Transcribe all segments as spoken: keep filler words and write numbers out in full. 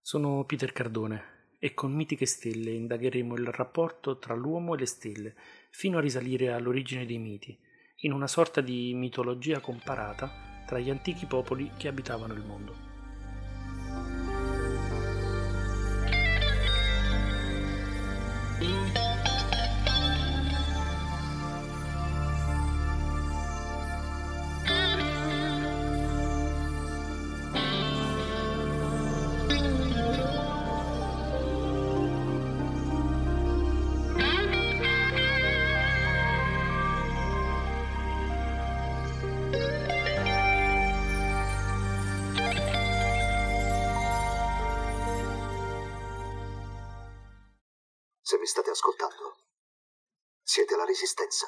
Sono Peter Cardone e con Mitiche Stelle indagheremo il rapporto tra l'uomo e le stelle, fino a risalire all'origine dei miti, in una sorta di mitologia comparata tra gli antichi popoli che abitavano il mondo. Se mi state ascoltando, siete la Resistenza.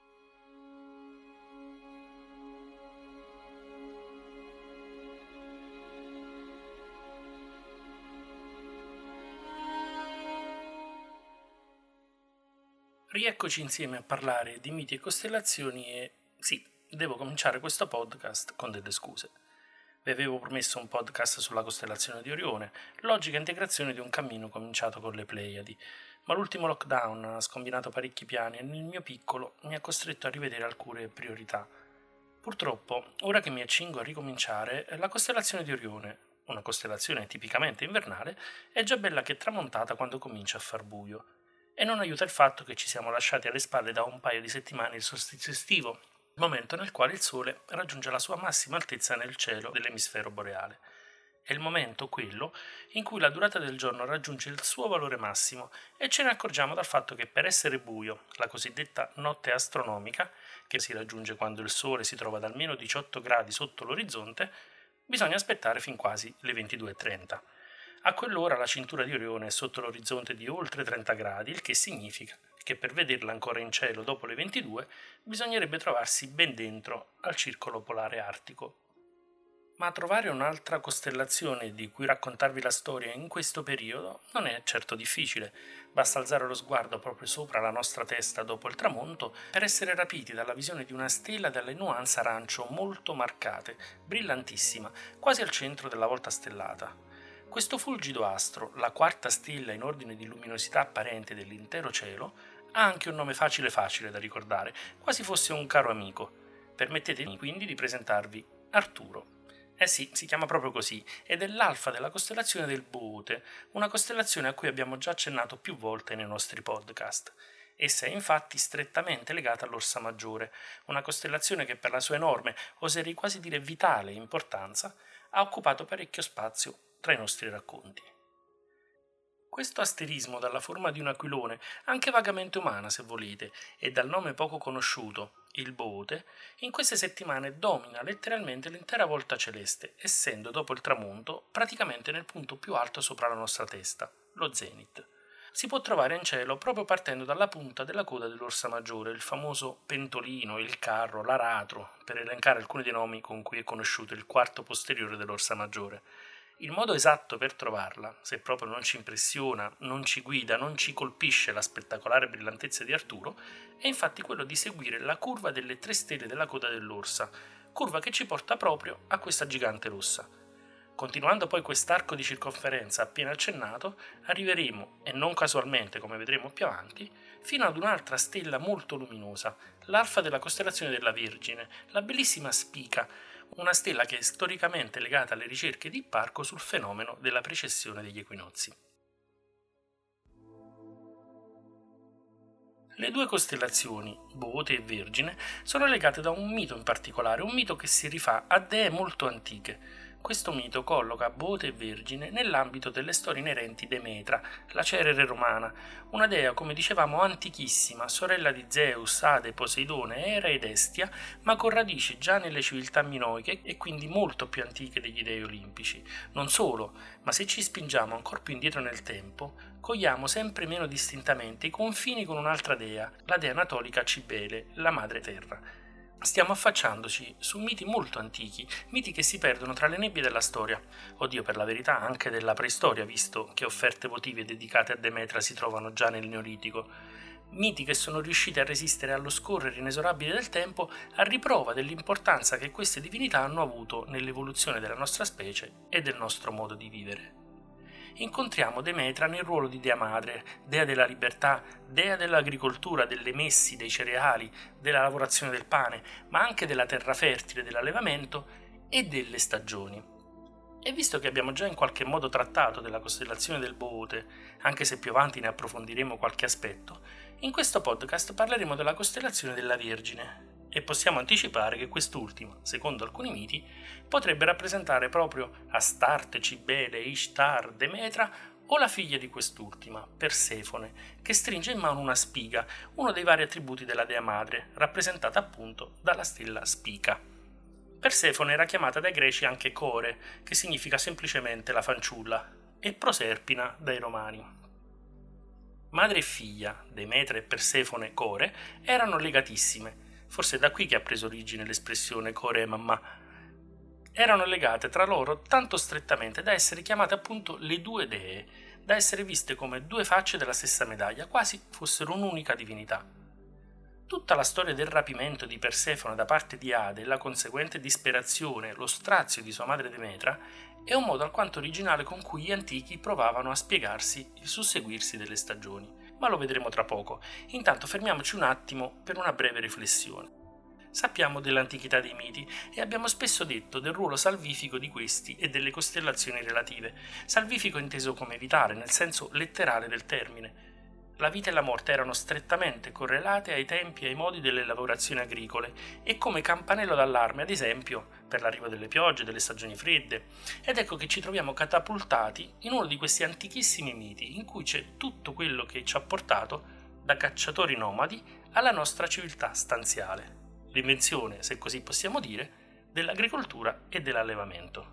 Rieccoci insieme a parlare di miti e costellazioni e sì, devo cominciare questo podcast con delle scuse. Vi avevo promesso un podcast sulla costellazione di Orione, logica integrazione di un cammino cominciato con le Pleiadi, ma l'ultimo lockdown ha scombinato parecchi piani e nel mio piccolo mi ha costretto a rivedere alcune priorità. Purtroppo, ora che mi accingo a ricominciare, la costellazione di Orione, una costellazione tipicamente invernale, è già bella che tramontata quando comincia a far buio. E non aiuta il fatto che ci siamo lasciati alle spalle da un paio di settimane il solstizio estivo, momento nel quale il Sole raggiunge la sua massima altezza nel cielo dell'emisfero boreale. È il momento, quello, in cui la durata del giorno raggiunge il suo valore massimo e ce ne accorgiamo dal fatto che per essere buio, la cosiddetta notte astronomica, che si raggiunge quando il Sole si trova ad almeno diciotto gradi sotto l'orizzonte, bisogna aspettare fin quasi le ventidue e trenta. A quell'ora la cintura di Orione è sotto l'orizzonte di oltre trenta gradi, il che significa che per vederla ancora in cielo dopo le ventidue bisognerebbe trovarsi ben dentro al circolo polare artico. Ma trovare un'altra costellazione di cui raccontarvi la storia in questo periodo non è certo difficile. Basta alzare lo sguardo proprio sopra la nostra testa dopo il tramonto per essere rapiti dalla visione di una stella dalle nuance arancio molto marcate, brillantissima, quasi al centro della volta stellata. Questo fulgido astro, la quarta stella in ordine di luminosità apparente dell'intero cielo, ha anche un nome facile facile da ricordare, quasi fosse un caro amico. Permettetemi quindi di presentarvi Arturo. Eh sì, si chiama proprio così, ed è l'alfa della costellazione del Boote, una costellazione a cui abbiamo già accennato più volte nei nostri podcast. Essa è infatti strettamente legata all'Orsa Maggiore, una costellazione che per la sua enorme, oserei quasi dire vitale importanza, ha occupato parecchio spazio tra i nostri racconti. Questo asterismo dalla forma di un aquilone, anche vagamente umana se volete, e dal nome poco conosciuto, il Boote, in queste settimane domina letteralmente l'intera volta celeste, essendo dopo il tramonto praticamente nel punto più alto sopra la nostra testa, lo zenit. Si può trovare in cielo proprio partendo dalla punta della coda dell'Orsa Maggiore, il famoso pentolino, il carro, l'aratro, per elencare alcuni dei nomi con cui è conosciuto il quarto posteriore dell'Orsa Maggiore. Il modo esatto per trovarla, se proprio non ci impressiona, non ci guida, non ci colpisce la spettacolare brillantezza di Arturo, è infatti quello di seguire la curva delle tre stelle della coda dell'Orsa, curva che ci porta proprio a questa gigante rossa. Continuando poi quest'arco di circonferenza appena accennato, arriveremo, e non casualmente come vedremo più avanti, fino ad un'altra stella molto luminosa, l'alfa della costellazione della Vergine, la bellissima Spica, una stella che è storicamente legata alle ricerche di Hipparco sul fenomeno della precessione degli equinozi. Le due costellazioni, Boote e Vergine, sono legate da un mito in particolare, un mito che si rifà a dee molto antiche. Questo mito colloca Boote e Vergine nell'ambito delle storie inerenti Demetra, la Cerere romana, una dea, come dicevamo, antichissima, sorella di Zeus, Ade, Poseidone, Era ed Estia, ma con radici già nelle civiltà minoiche e quindi molto più antiche degli dei olimpici. Non solo, ma se ci spingiamo ancora più indietro nel tempo, cogliamo sempre meno distintamente i confini con un'altra dea, la dea anatolica Cibele, la madre terra. Stiamo affacciandoci su miti molto antichi, miti che si perdono tra le nebbie della storia, oddio per la verità anche della preistoria, visto che offerte votive dedicate a Demetra si trovano già nel Neolitico. Miti che sono riusciti a resistere allo scorrere inesorabile del tempo a riprova dell'importanza che queste divinità hanno avuto nell'evoluzione della nostra specie e del nostro modo di vivere. incontriamo Demetra nel ruolo di dea madre, dea della libertà, dea dell'agricoltura, delle messi, dei cereali, della lavorazione del pane, ma anche della terra fertile, dell'allevamento e delle stagioni. E visto che abbiamo già in qualche modo trattato della costellazione del Boote, anche se più avanti ne approfondiremo qualche aspetto, in questo podcast parleremo della costellazione della Vergine e possiamo anticipare che quest'ultima, secondo alcuni miti, potrebbe rappresentare proprio Astarte, Cibele, Ishtar, Demetra o la figlia di quest'ultima, Persefone, che stringe in mano una spiga, uno dei vari attributi della dea madre, rappresentata appunto dalla stella Spica. Persefone era chiamata dai greci anche Core, che significa semplicemente la fanciulla, e Proserpina dai romani. Madre e figlia, Demetra e Persefone Core, erano legatissime, forse è da qui che ha preso origine l'espressione Core e mamma. Erano legate tra loro tanto strettamente da essere chiamate appunto le due dee, da essere viste come due facce della stessa medaglia, quasi fossero un'unica divinità. Tutta la storia del rapimento di Persefone da parte di Ade e la conseguente disperazione, lo strazio di sua madre Demetra, è un modo alquanto originale con cui gli antichi provavano a spiegarsi il susseguirsi delle stagioni, ma lo vedremo tra poco. Intanto fermiamoci un attimo per una breve riflessione. Sappiamo dell'antichità dei miti e abbiamo spesso detto del ruolo salvifico di questi e delle costellazioni relative. Salvifico inteso come vitale, nel senso letterale del termine. La vita e la morte erano strettamente correlate ai tempi e ai modi delle lavorazioni agricole e come campanello d'allarme, ad esempio, per l'arrivo delle piogge, delle stagioni fredde. Ed ecco che ci troviamo catapultati in uno di questi antichissimi miti in cui c'è tutto quello che ci ha portato da cacciatori nomadi alla nostra civiltà stanziale. L'invenzione, se così possiamo dire, dell'agricoltura e dell'allevamento.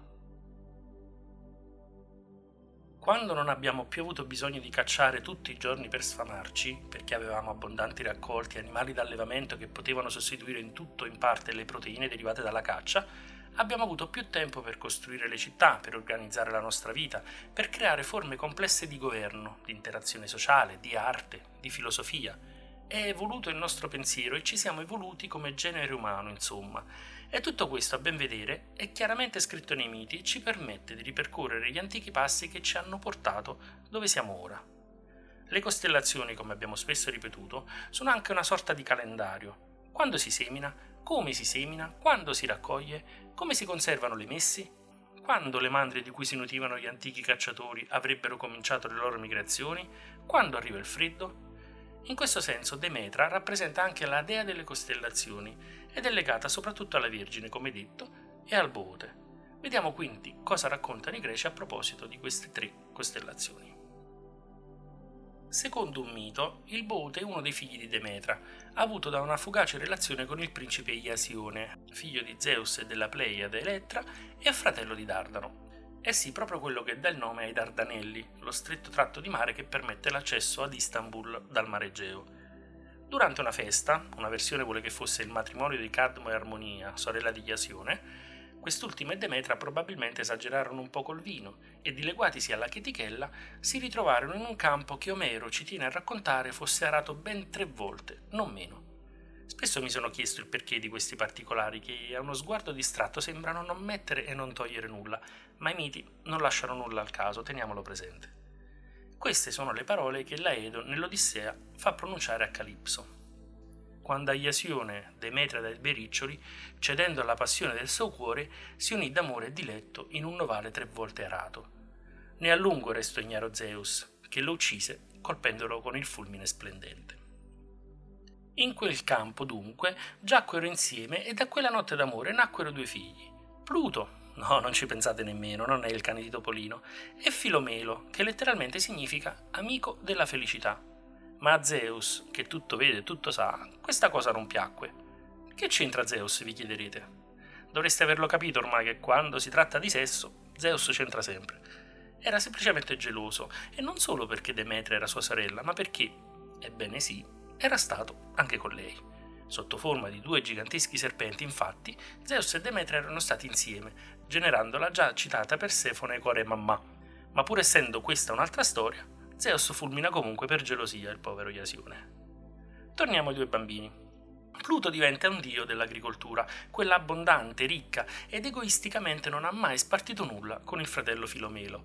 Quando non abbiamo più avuto bisogno di cacciare tutti i giorni per sfamarci, perché avevamo abbondanti raccolti e animali d'allevamento che potevano sostituire in tutto o in parte le proteine derivate dalla caccia, abbiamo avuto più tempo per costruire le città, per organizzare la nostra vita, per creare forme complesse di governo, di interazione sociale, di arte, di filosofia. È evoluto il nostro pensiero e ci siamo evoluti come genere umano, insomma. E tutto questo, a ben vedere, è chiaramente scritto nei miti e ci permette di ripercorrere gli antichi passi che ci hanno portato dove siamo ora. Le costellazioni, come abbiamo spesso ripetuto, sono anche una sorta di calendario. Quando si semina, come si semina, quando si raccoglie, come si conservano le messi, quando le mandrie di cui si nutrivano gli antichi cacciatori avrebbero cominciato le loro migrazioni, quando arriva il freddo. In questo senso Demetra rappresenta anche la dea delle costellazioni ed è legata soprattutto alla Vergine, come detto, e al Boote. Vediamo quindi cosa raccontano i greci a proposito di queste tre costellazioni. Secondo un mito, il Boote è uno dei figli di Demetra, avuto da una fugace relazione con il principe Iasione, figlio di Zeus e della Pleiade Elettra e fratello di Dardano. Eh sì, proprio quello che dà il nome ai Dardanelli, lo stretto tratto di mare che permette l'accesso ad Istanbul dal mare Egeo. Durante una festa, una versione vuole che fosse il matrimonio di Cadmo e Armonia, sorella di Iasione, quest'ultima e Demetra probabilmente esagerarono un po' col vino e, dileguatisi alla chetichella, si ritrovarono in un campo che Omero ci tiene a raccontare fosse arato ben tre volte, non meno. Spesso mi sono chiesto il perché di questi particolari che a uno sguardo distratto sembrano non mettere e non togliere nulla, ma i miti non lasciano nulla al caso, teniamolo presente. Queste sono le parole che l'Aedo nell'Odissea fa pronunciare a Calipso. Quando a Iasione, Demetra dai Bericcioli, cedendo alla passione del suo cuore, si unì d'amore e diletto in un novale tre volte arato. Ne a lungo restò ignaro Zeus, che lo uccise colpendolo con il fulmine splendente. In quel campo, dunque, giacquero insieme e da quella notte d'amore nacquero due figli. Pluto, no, non ci pensate nemmeno, non è il cane di Topolino, e Filomelo, che letteralmente significa amico della felicità. Ma a Zeus, che tutto vede e tutto sa, questa cosa non piacque. Che c'entra Zeus, vi chiederete? Dovreste averlo capito ormai che quando si tratta di sesso, Zeus c'entra sempre. Era semplicemente geloso, e non solo perché Demetra era sua sorella, ma perché, ebbene sì, era stato anche con lei. Sotto forma di due giganteschi serpenti, infatti, Zeus e Demetra erano stati insieme, generando la già citata Persefone Core Mamma. Ma pur essendo questa un'altra storia, Zeus fulmina comunque per gelosia il povero Iasione. Torniamo ai due bambini. Pluto diventa un dio dell'agricoltura, quella abbondante, ricca, ed egoisticamente non ha mai spartito nulla con il fratello Filomelo.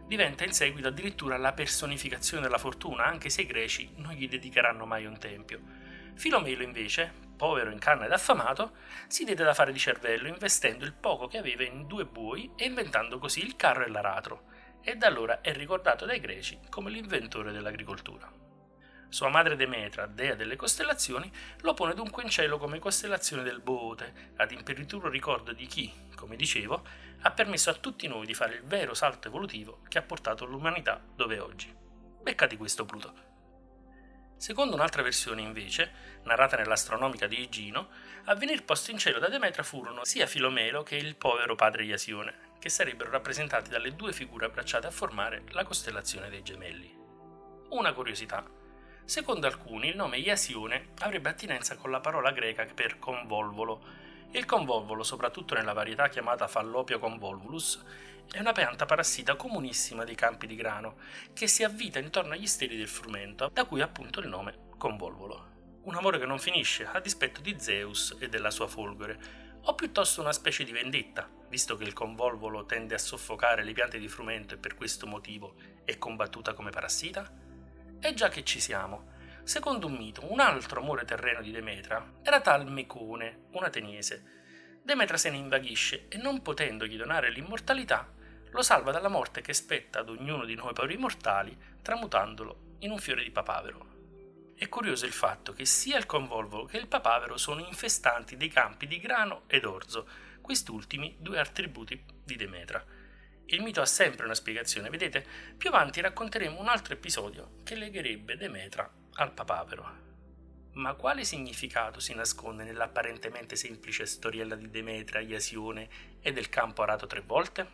Diventa in seguito addirittura la personificazione della fortuna, anche se i greci non gli dedicheranno mai un tempio. Filomelo invece, povero in canna ed affamato, si diede da fare di cervello investendo il poco che aveva in due buoi e inventando così il carro e l'aratro, e da allora è ricordato dai greci come l'inventore dell'agricoltura. Sua madre Demetra, dea delle costellazioni, lo pone dunque in cielo come costellazione del Boote, ad imperituro ricordo di chi, come dicevo, ha permesso a tutti noi di fare il vero salto evolutivo che ha portato l'umanità dove è oggi. Beccati questo Pluto. Secondo un'altra versione, invece, narrata nell'Astronomica di Igino, a venir posto in cielo da Demetra furono sia Filomelo che il povero padre Iasione, che sarebbero rappresentati dalle due figure abbracciate a formare la costellazione dei gemelli. Una curiosità. Secondo alcuni il nome Iasione avrebbe attinenza con la parola greca per convolvolo. Il convolvolo, soprattutto nella varietà chiamata Fallopio convolvulus, è una pianta parassita comunissima dei campi di grano, che si avvita intorno agli steli del frumento, da cui appunto il nome convolvolo. Un amore che non finisce, a dispetto di Zeus e della sua folgore, o piuttosto una specie di vendetta, visto che il convolvolo tende a soffocare le piante di frumento e per questo motivo è combattuta come parassita? E già che ci siamo, secondo un mito, un altro amore terreno di Demetra era tal Mecone, un ateniese. Demetra se ne invaghisce e non potendogli donare l'immortalità, lo salva dalla morte che spetta ad ognuno di noi poveri mortali, tramutandolo in un fiore di papavero. È curioso il fatto che sia il convolvolo che il papavero sono infestanti dei campi di grano ed orzo, quest'ultimi due attributi di Demetra. Il mito ha sempre una spiegazione, vedete? Più avanti racconteremo un altro episodio che legherebbe Demetra al papavero. Ma quale significato si nasconde nell'apparentemente semplice storiella di Demetra, Iasione e del campo arato tre volte?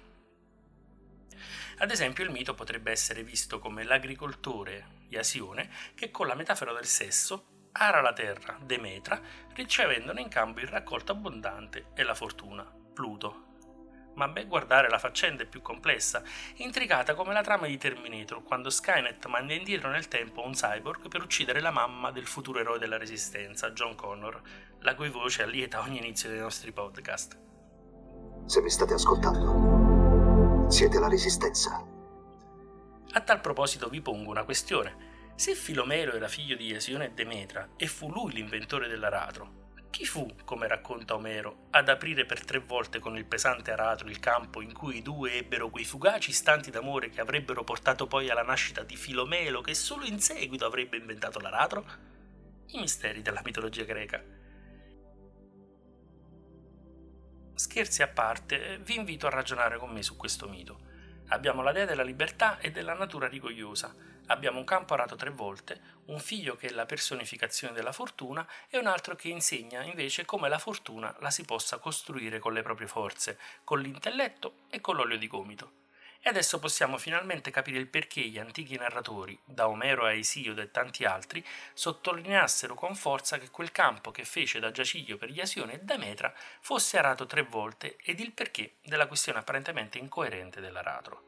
Ad esempio, il mito potrebbe essere visto come l'agricoltore, Iasione, che con la metafora del sesso ara la terra, Demetra, ricevendone in cambio il raccolto abbondante e la fortuna, Pluto. Ma a ben guardare la faccenda è più complessa, intricata come la trama di Terminator, quando Skynet manda indietro nel tempo un cyborg per uccidere la mamma del futuro eroe della Resistenza, John Connor, la cui voce allieta ogni inizio dei nostri podcast. Se mi state ascoltando, siete la Resistenza. A tal proposito vi pongo una questione. Se Filomelo era figlio di Iasione e Demetra e fu lui l'inventore dell'aratro, chi fu, come racconta Omero, ad aprire per tre volte con il pesante aratro il campo in cui i due ebbero quei fugaci istanti d'amore che avrebbero portato poi alla nascita di Filomelo, che solo in seguito avrebbe inventato l'aratro? I misteri della mitologia greca. Scherzi a parte, vi invito a ragionare con me su questo mito. Abbiamo la dea della libertà e della natura rigogliosa. Abbiamo un campo arato tre volte, un figlio che è la personificazione della fortuna e un altro che insegna invece come la fortuna la si possa costruire con le proprie forze, con l'intelletto e con l'olio di gomito. E adesso possiamo finalmente capire il perché gli antichi narratori, da Omero a Esiodo e tanti altri, sottolineassero con forza che quel campo che fece da giaciglio per Iasione e Demetra fosse arato tre volte ed il perché della questione apparentemente incoerente dell'aratro.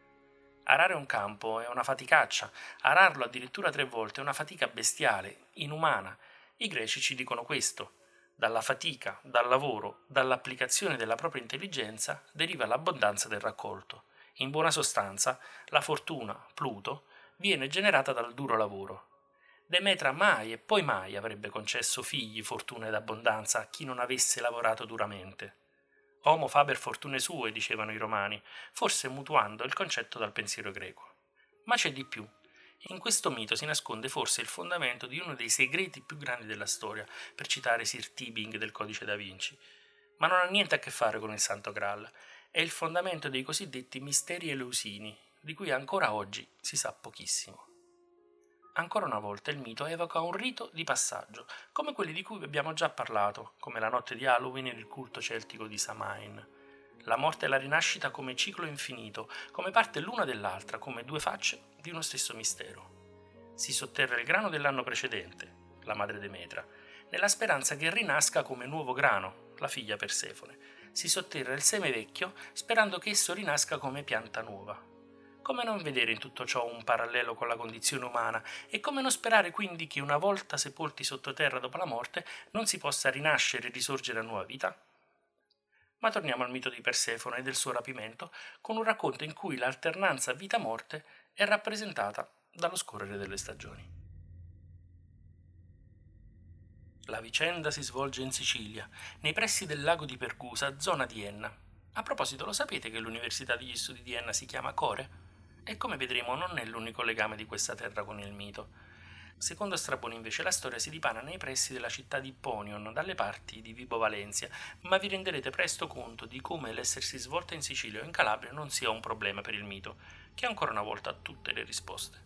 Arare un campo è una faticaccia, ararlo addirittura tre volte è una fatica bestiale, inumana. I greci ci dicono questo. Dalla fatica, dal lavoro, dall'applicazione della propria intelligenza deriva l'abbondanza del raccolto. In buona sostanza, la fortuna, Pluto, viene generata dal duro lavoro. Demetra mai e poi mai avrebbe concesso figli, fortuna ed abbondanza a chi non avesse lavorato duramente. Homo faber fortune sue, dicevano i romani, forse mutuando il concetto dal pensiero greco. Ma c'è di più. In questo mito si nasconde forse il fondamento di uno dei segreti più grandi della storia, per citare Sir Tibing del Codice da Vinci. Ma non ha niente a che fare con il Santo Graal. È il fondamento dei cosiddetti misteri eleusini, di cui ancora oggi si sa pochissimo. Ancora una volta il mito evoca un rito di passaggio, come quelli di cui vi abbiamo già parlato, come la notte di Halloween e il culto celtico di Samhain. La morte e la rinascita come ciclo infinito, come parte l'una dell'altra, come due facce di uno stesso mistero. Si sotterra il grano dell'anno precedente, la madre Demetra, nella speranza che rinasca come nuovo grano, la figlia Persefone. Si sotterra il seme vecchio sperando che esso rinasca come pianta nuova. Come non vedere in tutto ciò un parallelo con la condizione umana e come non sperare quindi che una volta sepolti sottoterra dopo la morte non si possa rinascere e risorgere a nuova vita? Ma torniamo al mito di Persefone e del suo rapimento, con un racconto in cui l'alternanza vita-morte è rappresentata dallo scorrere delle stagioni. La vicenda si svolge in Sicilia, nei pressi del lago di Pergusa, zona di Enna. A proposito, lo sapete che l'Università degli Studi di Enna si chiama Core? E come vedremo non è l'unico legame di questa terra con il mito. Secondo Strabone invece la storia si dipana nei pressi della città di Ponion, dalle parti di Vibo Valentia, ma vi renderete presto conto di come l'essersi svolta in Sicilia o in Calabria non sia un problema per il mito, che ancora una volta ha tutte le risposte.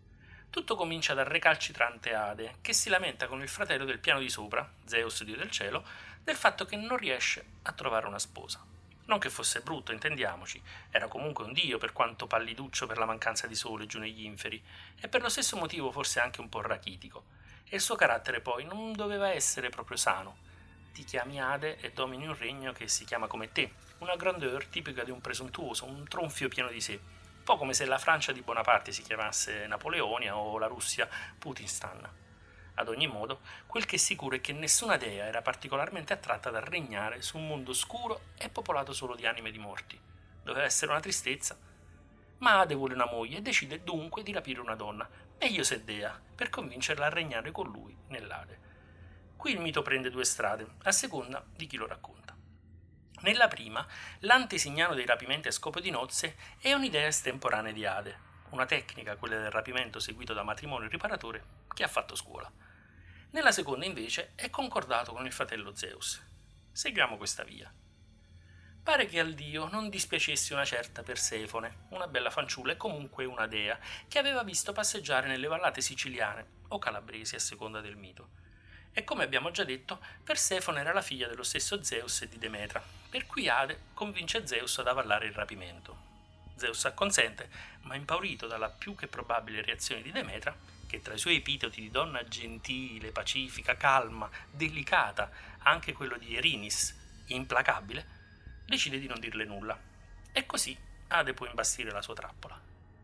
Tutto comincia dal recalcitrante Ade, che si lamenta con il fratello del piano di sopra, Zeus dio del cielo, del fatto che non riesce a trovare una sposa. Non che fosse brutto, intendiamoci, era comunque un dio per quanto palliduccio per la mancanza di sole giù negli inferi, e per lo stesso motivo forse anche un po' rachitico. E il suo carattere poi non doveva essere proprio sano. Ti chiami Ade e domini un regno che si chiama come te, una grandeur tipica di un presuntuoso, un tronfio pieno di sé, un po' come se la Francia di Bonaparte si chiamasse Napoleonia o la Russia Putinstan. Ad ogni modo, quel che è sicuro è che nessuna dea era particolarmente attratta dal regnare su un mondo scuro e popolato solo di anime di morti. Doveva essere una tristezza. Ma Ade vuole una moglie e decide dunque di rapire una donna, meglio se dea, per convincerla a regnare con lui nell'Ade. Qui il mito prende due strade, a seconda di chi lo racconta. Nella prima, l'antesignano dei rapimenti a scopo di nozze è un'idea estemporanea di Ade, una tecnica, quella del rapimento seguito da matrimonio riparatore, che ha fatto scuola. Nella seconda, invece, è concordato con il fratello Zeus. Seguiamo questa via. Pare che al dio non dispiacesse una certa Persefone, una bella fanciulla e comunque una dea, che aveva visto passeggiare nelle vallate siciliane o calabresi a seconda del mito. E come abbiamo già detto, Persefone era la figlia dello stesso Zeus e di Demetra, per cui Ade convince Zeus ad avallare il rapimento. Zeus acconsente, ma impaurito dalla più che probabile reazione di Demetra, che tra i suoi epiteti di donna gentile, pacifica, calma, delicata, anche quello di Erinis, implacabile, decide di non dirle nulla. E così Ade può imbastire la sua trappola.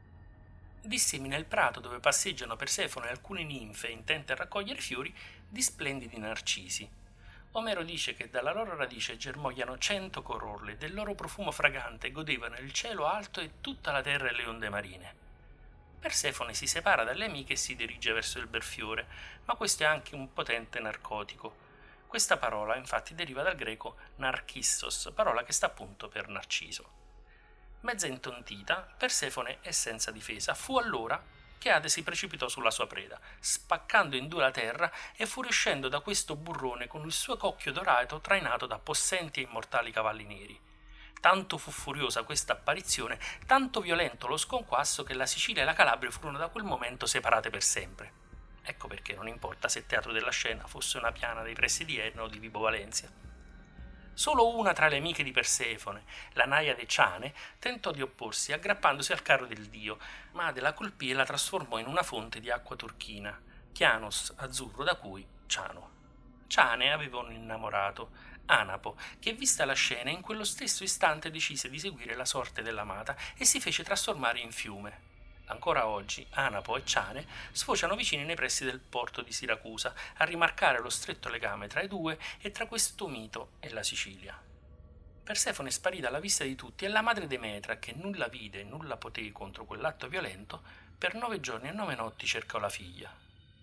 Dissimina il prato dove passeggiano Persefone e alcune ninfe intente a raccogliere fiori di splendidi narcisi. Omero dice che dalla loro radice germogliano cento corolle e del loro profumo fragante godevano il cielo alto e tutta la terra e le onde marine. Persefone si separa dalle amiche e si dirige verso il bel fiore, ma questo è anche un potente narcotico. Questa parola infatti deriva dal greco narcissos, parola che sta appunto per narciso. Mezza intontita, Persefone è senza difesa. Fu allora che Ade si precipitò sulla sua preda, spaccando in due la terra e fuoriuscendo da questo burrone con il suo cocchio dorato trainato da possenti e immortali cavalli neri. Tanto fu furiosa questa apparizione, tanto violento lo sconquasso, che la Sicilia e la Calabria furono da quel momento separate per sempre. Ecco perché non importa se il teatro della scena fosse una piana dei pressi di Enna o di Vibo Valentia. Solo una tra le amiche di Persefone, la Naiade Ciane, tentò di opporsi aggrappandosi al carro del dio, ma Ade la colpì e la trasformò in una fonte di acqua turchina, Chianos azzurro, da cui Ciano. Ciane aveva un innamorato, Anapo, che vista la scena in quello stesso istante decise di seguire la sorte dell'amata e si fece trasformare in fiume. Ancora oggi Anapo e Ciane sfociano vicini nei pressi del porto di Siracusa, a rimarcare lo stretto legame tra i due e tra questo mito e la Sicilia. Persefone sparì dalla vista di tutti e la madre Demetra, che nulla vide e nulla poté contro quell'atto violento, per nove giorni e nove notti cercò la figlia.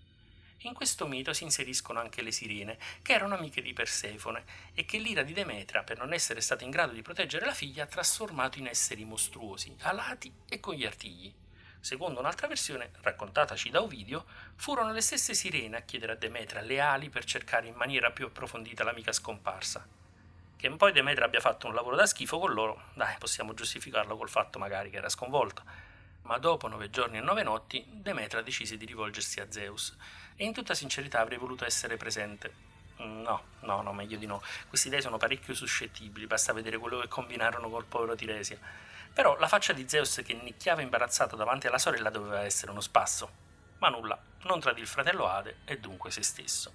In questo mito si inseriscono anche le sirene, che erano amiche di Persefone e che l'ira di Demetra, per non essere stata in grado di proteggere la figlia, ha trasformato in esseri mostruosi, alati e con gli artigli. Secondo un'altra versione, raccontataci da Ovidio, furono le stesse sirene a chiedere a Demetra le ali per cercare in maniera più approfondita l'amica scomparsa. Che poi Demetra abbia fatto un lavoro da schifo con loro, dai, possiamo giustificarlo col fatto magari che era sconvolta. Ma dopo nove giorni e nove notti, Demetra decise di rivolgersi a Zeus, e in tutta sincerità avrei voluto essere presente. No, no, no, meglio di no. Queste idee sono parecchio suscettibili, basta vedere quello che combinarono col povero Tiresia. Però la faccia di Zeus che nicchiava imbarazzato davanti alla sorella doveva essere uno spasso. Ma nulla, non tradì il fratello Ade e dunque se stesso.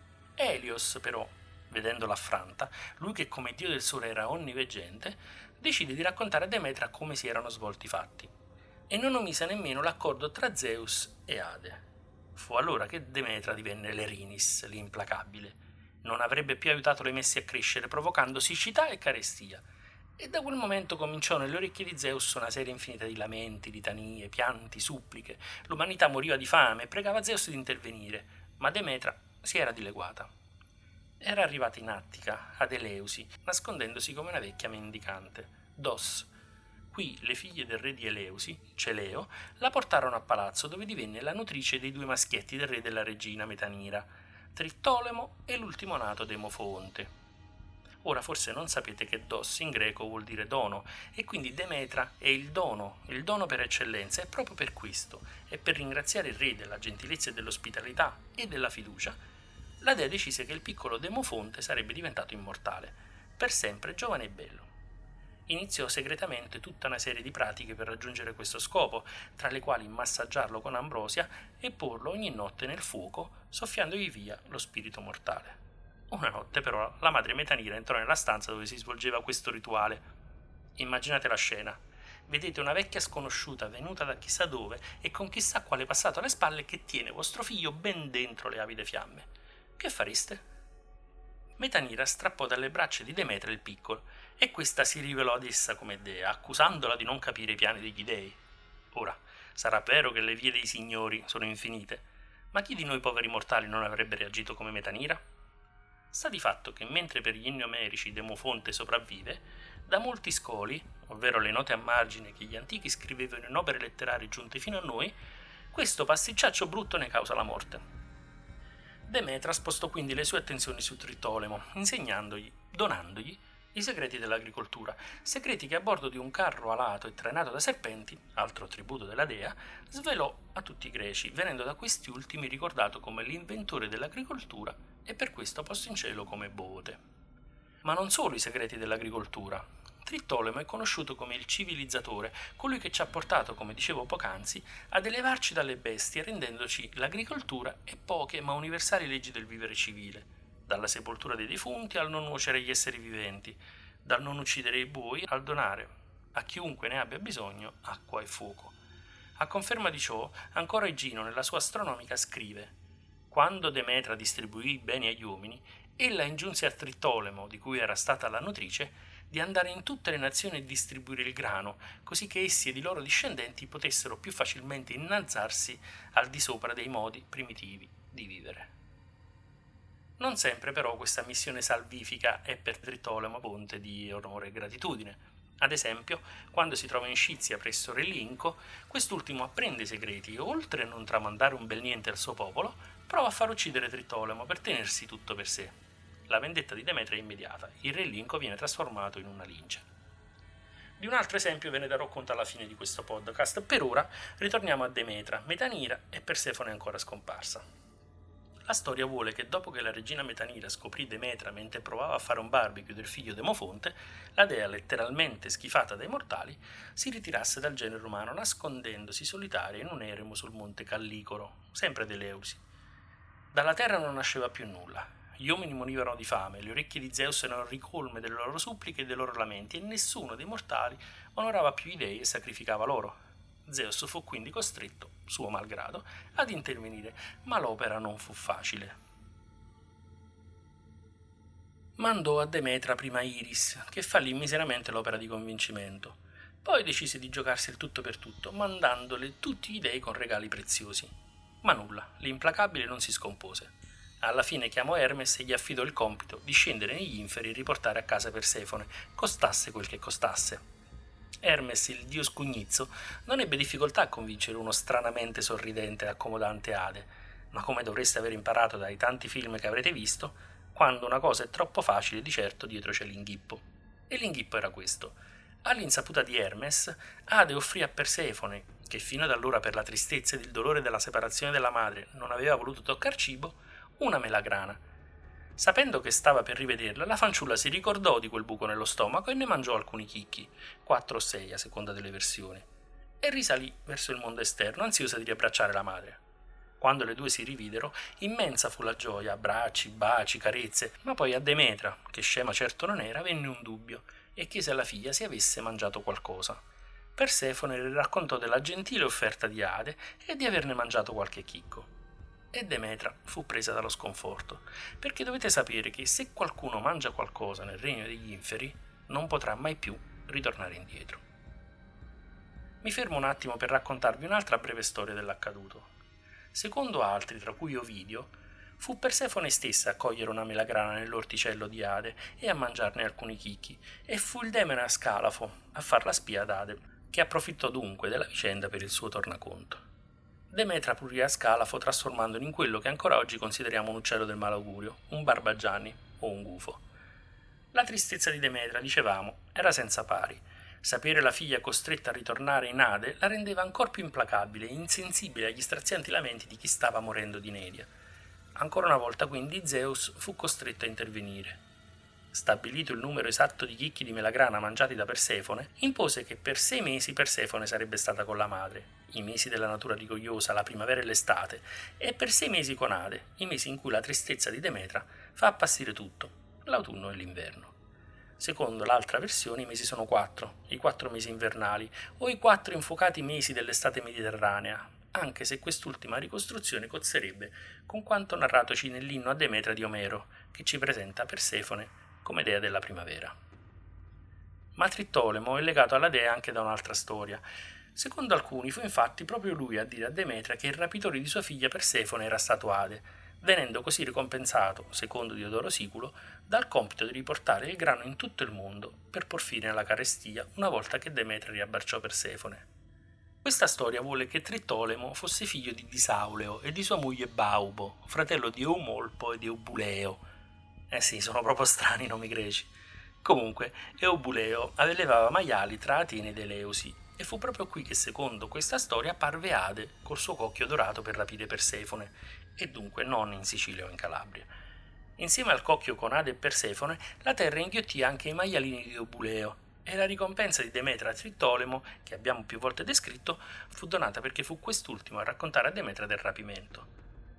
Elios, però, vedendola affranta, lui che come dio del sole era onniveggente, decide di raccontare a Demetra come si erano svolti i fatti. E non omise nemmeno l'accordo tra Zeus e Ade. Fu allora che Demetra divenne l'Erinis, l'implacabile, Non avrebbe più aiutato le messi a crescere, provocando siccità e carestia. E da quel momento cominciò nelle orecchie di Zeus una serie infinita di lamenti, litanie, pianti, suppliche. L'umanità moriva di fame e pregava Zeus di intervenire, ma Demetra si era dileguata. Era arrivata in Attica, ad Eleusi, nascondendosi come una vecchia mendicante. Dos. Qui le figlie del re di Eleusi, Celeo, la portarono a palazzo, dove divenne la nutrice dei due maschietti del re e della regina Metanira, Trittolemo e l'ultimo nato Demofonte. Ora forse non sapete che Dos in greco vuol dire dono, e quindi Demetra è il dono, il dono per eccellenza, e proprio per questo, e per ringraziare il re della gentilezza e dell'ospitalità e della fiducia, la dea decise che il piccolo Demofonte sarebbe diventato immortale, per sempre giovane e bello. Iniziò segretamente tutta una serie di pratiche per raggiungere questo scopo, tra le quali massaggiarlo con ambrosia e porlo ogni notte nel fuoco, soffiandogli via lo spirito mortale. Una notte però la madre Metanira entrò nella stanza dove si svolgeva questo rituale. Immaginate la scena. Vedete una vecchia sconosciuta venuta da chissà dove e con chissà quale passato alle spalle che tiene vostro figlio ben dentro le avide fiamme. Che fareste? Metanira strappò dalle braccia di Demetra il piccolo e questa si rivelò ad essa come dea, accusandola di non capire i piani degli dei. Ora, sarà vero che le vie dei signori sono infinite, ma chi di noi poveri mortali non avrebbe reagito come Metanira? Sta di fatto che mentre per gli inni omerici Demofonte sopravvive, da molti scoli, ovvero le note a margine che gli antichi scrivevano in opere letterarie giunte fino a noi, questo pasticciaccio brutto ne causa la morte. Demetra spostò quindi le sue attenzioni su Trittolemo, insegnandogli, donandogli, i segreti dell'agricoltura, segreti che a bordo di un carro alato e trainato da serpenti, altro tributo della dea, svelò a tutti i greci, venendo da questi ultimi ricordato come l'inventore dell'agricoltura e per questo posto in cielo come Bote. Ma non solo i segreti dell'agricoltura. Trittolemo è conosciuto come il civilizzatore, colui che ci ha portato, come dicevo poc'anzi, ad elevarci dalle bestie, rendendoci l'agricoltura e poche ma universali leggi del vivere civile, dalla sepoltura dei defunti al non nuocere agli esseri viventi, dal non uccidere i buoi al donare a chiunque ne abbia bisogno acqua e fuoco. A conferma di ciò, ancora Igino nella sua astronomica scrive: quando Demetra distribuì i beni agli uomini, ella ingiunse a Trittolemo, di cui era stata la nutrice, di andare in tutte le nazioni e distribuire il grano, così che essi ed i loro discendenti potessero più facilmente innalzarsi al di sopra dei modi primitivi di vivere. Non sempre però questa missione salvifica è per Trittolemo fonte di onore e gratitudine. Ad esempio, quando si trova in Scizia presso Re Linco, quest'ultimo apprende i segreti e, oltre a non tramandare un bel niente al suo popolo, prova a far uccidere Trittolemo per tenersi tutto per sé. La vendetta di Demetra è immediata, il Re Linco viene trasformato in una lince. Di un altro esempio ve ne darò conto alla fine di questo podcast. Per ora ritorniamo a Demetra, Metanira e Persefone ancora scomparsa. La storia vuole che dopo che la regina Metanira scoprì Demetra mentre provava a fare un barbecue del figlio Demofonte, la dea, letteralmente schifata dai mortali, si ritirasse dal genere umano nascondendosi solitaria in un eremo sul monte Callicoro, sempre dell'Eleusi. Dalla terra non nasceva più nulla. Gli uomini morivano di fame, le orecchie di Zeus erano ricolme delle loro suppliche e dei loro lamenti e nessuno dei mortali onorava più i dei e sacrificava loro. Zeus fu quindi costretto, suo malgrado, ad intervenire, ma l'opera non fu facile. Mandò a Demetra prima Iris, che fallì miseramente l'opera di convincimento. Poi decise di giocarsi il tutto per tutto, mandandole tutti gli dei con regali preziosi. Ma nulla, l'implacabile non si scompose. Alla fine chiamò Hermes e gli affidò il compito di scendere negli inferi e riportare a casa Persefone, costasse quel che costasse. Hermes, il dio scugnizzo, non ebbe difficoltà a convincere uno stranamente sorridente e accomodante Ade, ma come dovreste aver imparato dai tanti film che avrete visto, quando una cosa è troppo facile di certo dietro c'è l'inghippo. E l'inghippo era questo. All'insaputa di Hermes, Ade offrì a Persefone, che fino ad allora per la tristezza ed il dolore della separazione della madre non aveva voluto toccar cibo, una melagrana. Sapendo che stava per rivederla, la fanciulla si ricordò di quel buco nello stomaco e ne mangiò alcuni chicchi, quattro o sei a seconda delle versioni, e risalì verso il mondo esterno, ansiosa di riabbracciare la madre. Quando le due si rividero, immensa fu la gioia, abbracci, baci, carezze, ma poi a Demetra, che scema certo non era, venne un dubbio e chiese alla figlia se avesse mangiato qualcosa. Persefone le raccontò della gentile offerta di Ade e di averne mangiato qualche chicco. e Demetra fu presa dallo sconforto, perché dovete sapere che se qualcuno mangia qualcosa nel regno degli inferi, non potrà mai più ritornare indietro. Mi fermo un attimo per raccontarvi un'altra breve storia dell'accaduto. Secondo altri, tra cui Ovidio, fu Persefone stessa a cogliere una melagrana nell'orticello di Ade e a mangiarne alcuni chicchi, e fu il demone Ascalafo a far la spia ad Ade, che approfittò dunque della vicenda per il suo tornaconto. Demetra purì Ascalafo trasformandolo in quello che ancora oggi consideriamo un uccello del malaugurio, un barbagianni o un gufo. La tristezza di Demetra, dicevamo, era senza pari. Sapere la figlia costretta a ritornare in Ade la rendeva ancor più implacabile e insensibile agli strazianti lamenti di chi stava morendo di inedia. Ancora una volta quindi Zeus fu costretto a intervenire. Stabilito il numero esatto di chicchi di melagrana mangiati da Persefone, impose che per sei mesi Persefone sarebbe stata con la madre, i mesi della natura rigogliosa, la primavera e l'estate, e per sei mesi con Ade, i mesi in cui la tristezza di Demetra fa appassire tutto, l'autunno e l'inverno. Secondo l'altra versione i mesi sono quattro, i quattro mesi invernali, o i quattro infuocati mesi dell'estate mediterranea, anche se quest'ultima ricostruzione cozzerebbe con quanto narratoci nell'inno a Demetra di Omero, che ci presenta Persefone come dea della primavera. Ma Trittolemo è legato alla dea anche da un'altra storia. Secondo alcuni fu infatti proprio lui a dire a Demetra che il rapitore di sua figlia Persefone era stato Ade, venendo così ricompensato, secondo Diodoro Siculo, dal compito di riportare il grano in tutto il mondo per por fine alla carestia una volta che Demetra riabbracciò Persefone. Questa storia vuole che Trittolemo fosse figlio di Disauleo e di sua moglie Baubo, fratello di Eumolpo e di Eubuleo. Eh sì, sono proprio strani i nomi greci. Comunque, Eubuleo allevava maiali tra Atene ed Eleusi, e fu proprio qui che, secondo questa storia, apparve Ade col suo cocchio dorato per rapire Persefone, e dunque non in Sicilia o in Calabria. Insieme al cocchio con Ade e Persefone, la terra inghiottì anche i maialini di Eubuleo, e la ricompensa di Demetra a Trittolemo, che abbiamo più volte descritto, fu donata perché fu quest'ultimo a raccontare a Demetra del rapimento.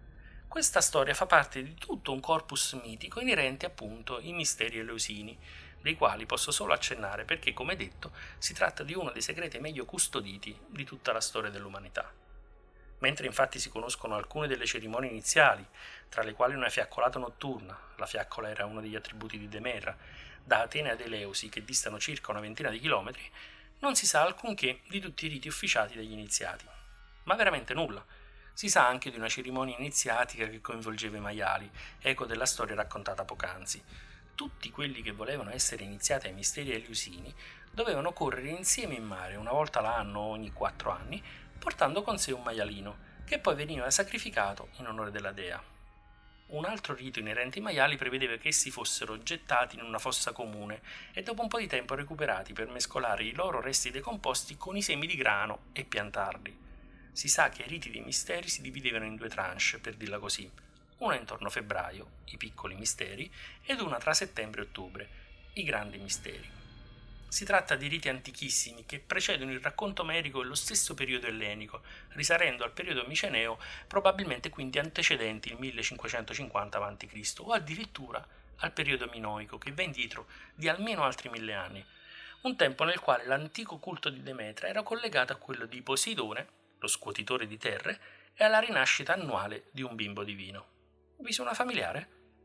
Questa storia fa parte di tutto un corpus mitico inerente appunto ai misteri eleusini, dei quali posso solo accennare perché, come detto, si tratta di uno dei segreti meglio custoditi di tutta la storia dell'umanità. Mentre infatti si conoscono alcune delle cerimonie iniziali, tra le quali una fiaccolata notturna, la fiaccola era uno degli attributi di Demetra, da Atene ad Eleusi, che distano circa una ventina di chilometri, non si sa alcunché di tutti i riti ufficiati dagli iniziati. Ma veramente nulla. Si sa anche di una cerimonia iniziatica che coinvolgeva i maiali, eco della storia raccontata poc'anzi. Tutti quelli che volevano essere iniziati ai misteri eleusini dovevano correre insieme in mare una volta l'anno o ogni quattro anni, portando con sé un maialino, che poi veniva sacrificato in onore della dea. Un altro rito inerente ai maiali prevedeva che essi fossero gettati in una fossa comune e dopo un po' di tempo recuperati per mescolare i loro resti decomposti con i semi di grano e piantarli. Si sa che i riti dei misteri si dividevano in due tranche, per dirla così, una intorno a febbraio, i piccoli misteri, ed una tra settembre e ottobre, i grandi misteri. Si tratta di riti antichissimi che precedono il racconto omerico e lo stesso periodo ellenico, risalendo al periodo miceneo, probabilmente quindi antecedenti il millecinquecentocinquanta avanti Cristo o addirittura al periodo minoico, che va indietro di almeno altri mille anni, un tempo nel quale l'antico culto di Demetra era collegato a quello di Poseidone, lo scuotitore di terre, e alla rinascita annuale di un bimbo divino. Vi suona familiare?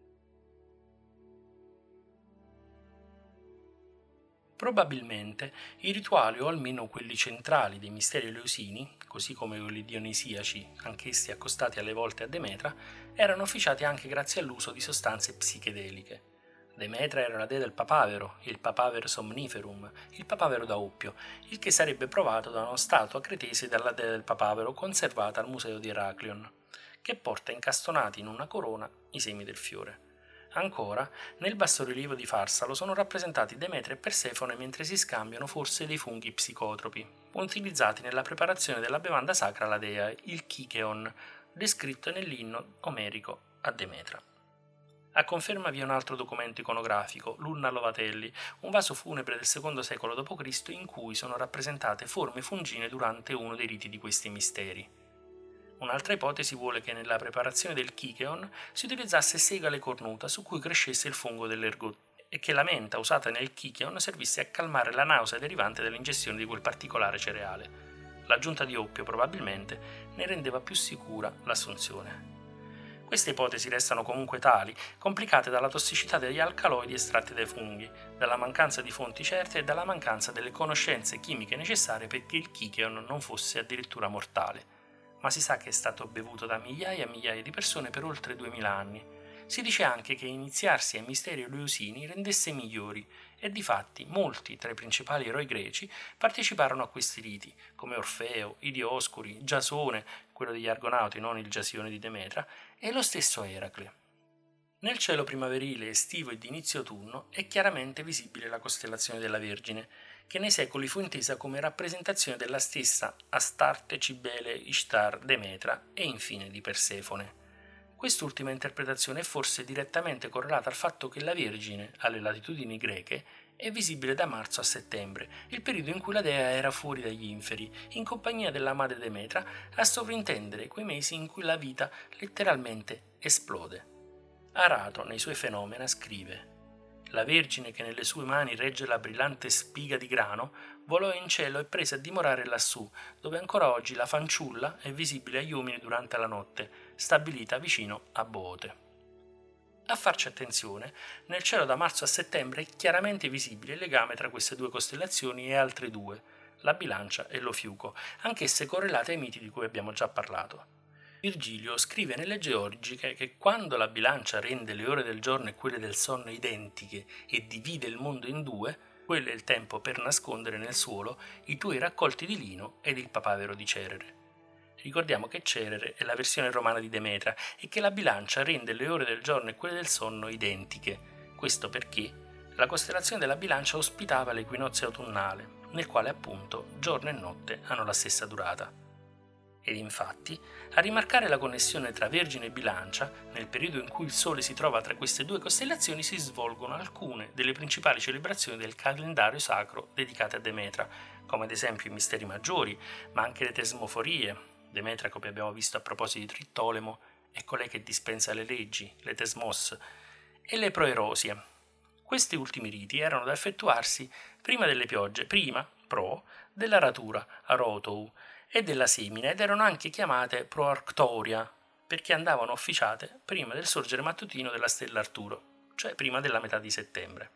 Probabilmente i rituali, o almeno quelli centrali dei misteri eleusini, così come quelli dionisiaci, anch'essi accostati alle volte a Demetra, erano officiati anche grazie all'uso di sostanze psichedeliche. Demetra era la dea del papavero, il papavero somniferum, il papavero da oppio, il che sarebbe provato da una statua cretese della dea del papavero conservata al museo di Eraclion, che porta incastonati in una corona i semi del fiore. Ancora, nel bassorilievo di Farsalo sono rappresentati Demetra e Persefone mentre si scambiano forse dei funghi psicotropi, utilizzati nella preparazione della bevanda sacra alla dea, il Kikeon, descritto nell'inno omerico a Demetra. A conferma vi è un altro documento iconografico, l'Urna Lovatelli, un vaso funebre del secondo secolo dopo Cristo in cui sono rappresentate forme fungine durante uno dei riti di questi misteri. Un'altra ipotesi vuole che nella preparazione del Kikeon si utilizzasse segale cornuta su cui crescesse il fungo dell'ergot e che la menta usata nel Kikeon servisse a calmare la nausea derivante dall'ingestione di quel particolare cereale. L'aggiunta di oppio probabilmente ne rendeva più sicura l'assunzione. Queste ipotesi restano comunque tali, complicate dalla tossicità degli alcaloidi estratti dai funghi, dalla mancanza di fonti certe e dalla mancanza delle conoscenze chimiche necessarie perché il Kikeon non fosse addirittura mortale. Ma si sa che è stato bevuto da migliaia e migliaia di persone per oltre duemila anni. Si dice anche che iniziarsi ai misteri eleusini rendesse migliori e difatti molti tra i principali eroi greci parteciparono a questi riti, come Orfeo, i Dioscuri, Giasone, quello degli Argonauti, non il Giasione di Demetra, e lo stesso Eracle. Nel cielo primaverile, estivo e di inizio autunno è chiaramente visibile la costellazione della Vergine, che nei secoli fu intesa come rappresentazione della stessa Astarte, Cibele, Ishtar, Demetra e infine di Persefone. Quest'ultima interpretazione è forse direttamente correlata al fatto che la Vergine, alle latitudini greche, è visibile da marzo a settembre, il periodo in cui la dea era fuori dagli inferi, in compagnia della madre Demetra, a sovrintendere quei mesi in cui la vita letteralmente esplode. Arato, nei suoi Fenomena, scrive: «La Vergine che nelle sue mani regge la brillante spiga di grano, volò in cielo e prese a dimorare lassù, dove ancora oggi la fanciulla è visibile agli uomini durante la notte, stabilita vicino a Boote». A farci attenzione, nel cielo da marzo a settembre è chiaramente visibile il legame tra queste due costellazioni e altre due, la Bilancia e l'Ofiuco, anch'esse correlate ai miti di cui abbiamo già parlato. Virgilio scrive nelle Georgiche che quando la bilancia rende le ore del giorno e quelle del sonno identiche e divide il mondo in due, quello è il tempo per nascondere nel suolo i tuoi raccolti di lino ed il papavero di Cerere. Ricordiamo che Cerere è la versione romana di Demetra e che la bilancia rende le ore del giorno e quelle del sonno identiche. Questo perché la costellazione della bilancia ospitava l'equinozio autunnale, nel quale appunto giorno e notte hanno la stessa durata. Ed infatti, a rimarcare la connessione tra Vergine e Bilancia, nel periodo in cui il Sole si trova tra queste due costellazioni si svolgono alcune delle principali celebrazioni del calendario sacro dedicate a Demetra, come ad esempio i misteri maggiori, ma anche le tesmoforie. Demetra, come abbiamo visto a proposito di Trittolemo, è colei che dispensa le leggi, le tesmos, e le proerosie. Questi ultimi riti erano da effettuarsi prima delle piogge, prima, pro, dell'aratura, arotou, e della semina, ed erano anche chiamate proarctoria, perché andavano officiate prima del sorgere mattutino della stella Arturo, cioè prima della metà di settembre.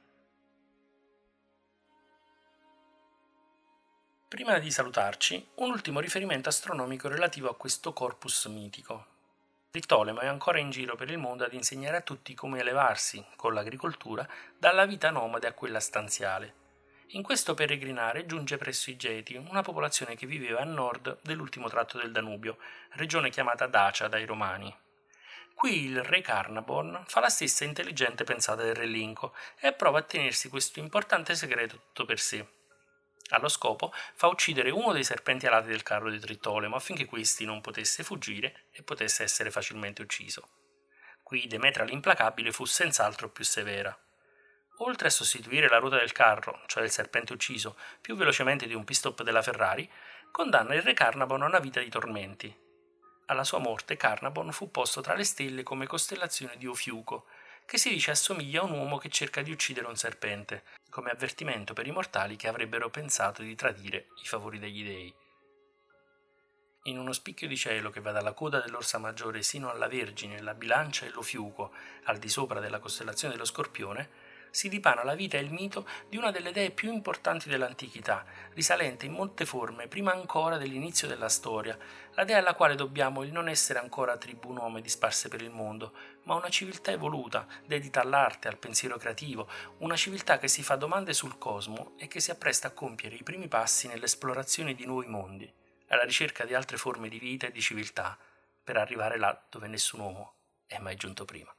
Prima di salutarci, un ultimo riferimento astronomico relativo a questo corpus mitico. Trittolemo è ancora in giro per il mondo ad insegnare a tutti come elevarsi, con l'agricoltura, dalla vita nomade a quella stanziale. In questo peregrinare giunge presso i Geti, una popolazione che viveva a nord dell'ultimo tratto del Danubio, regione chiamata Dacia dai Romani. Qui il re Carnaborn fa la stessa intelligente pensata del re Linco e prova a tenersi questo importante segreto tutto per sé. Allo scopo fa uccidere uno dei serpenti alati del carro di Trittolemo affinché questi non potesse fuggire e potesse essere facilmente ucciso. Qui Demetra l'implacabile fu senz'altro più severa. Oltre a sostituire la ruota del carro, cioè il serpente ucciso, più velocemente di un pit stop della Ferrari, condanna il re Carnabon a una vita di tormenti. Alla sua morte Carnabon fu posto tra le stelle come costellazione di Ofiuco, che si dice assomiglia a un uomo che cerca di uccidere un serpente, come avvertimento per i mortali che avrebbero pensato di tradire i favori degli dei. In uno spicchio di cielo che va dalla coda dell'Orsa Maggiore sino alla Vergine, la Bilancia e l'Ofiuco, al di sopra della costellazione dello Scorpione, si dipana la vita e il mito di una delle dee più importanti dell'antichità, risalente in molte forme prima ancora dell'inizio della storia, la dea alla quale dobbiamo il non essere ancora tribù nomadi sparse per il mondo, ma una civiltà evoluta, dedita all'arte, al pensiero creativo, una civiltà che si fa domande sul cosmo e che si appresta a compiere i primi passi nell'esplorazione di nuovi mondi, alla ricerca di altre forme di vita e di civiltà, per arrivare là dove nessun uomo è mai giunto prima.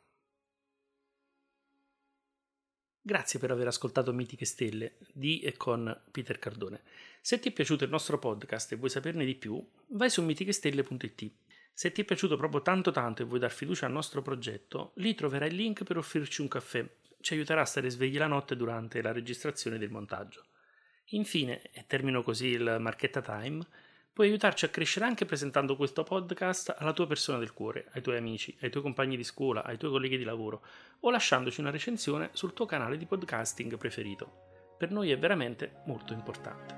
Grazie per aver ascoltato Mitiche Stelle di e con Peter Cardone. Se ti è piaciuto il nostro podcast e vuoi saperne di più, vai su mitichestelle punto it. Se ti è piaciuto proprio tanto tanto e vuoi dar fiducia al nostro progetto, lì troverai il link per offrirci un caffè. Ci aiuterà a stare svegli la notte durante la registrazione del montaggio. Infine, e termino così il Marchetta Time, puoi aiutarci a crescere anche presentando questo podcast alla tua persona del cuore, ai tuoi amici, ai tuoi compagni di scuola, ai tuoi colleghi di lavoro o lasciandoci una recensione sul tuo canale di podcasting preferito. Per noi è veramente molto importante.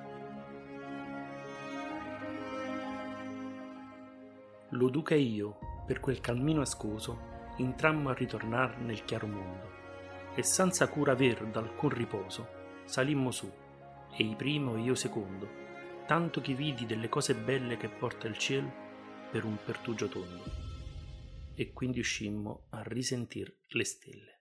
Lo duca io, per quel cammino ascoso, intrammo a ritornar nel chiaro mondo, e senza cura aver d'alcun riposo, salimmo su, ei primo e io secondo, tanto che vidi delle cose belle che porta il ciel per un pertugio tondo, e quindi uscimmo a risentir le stelle.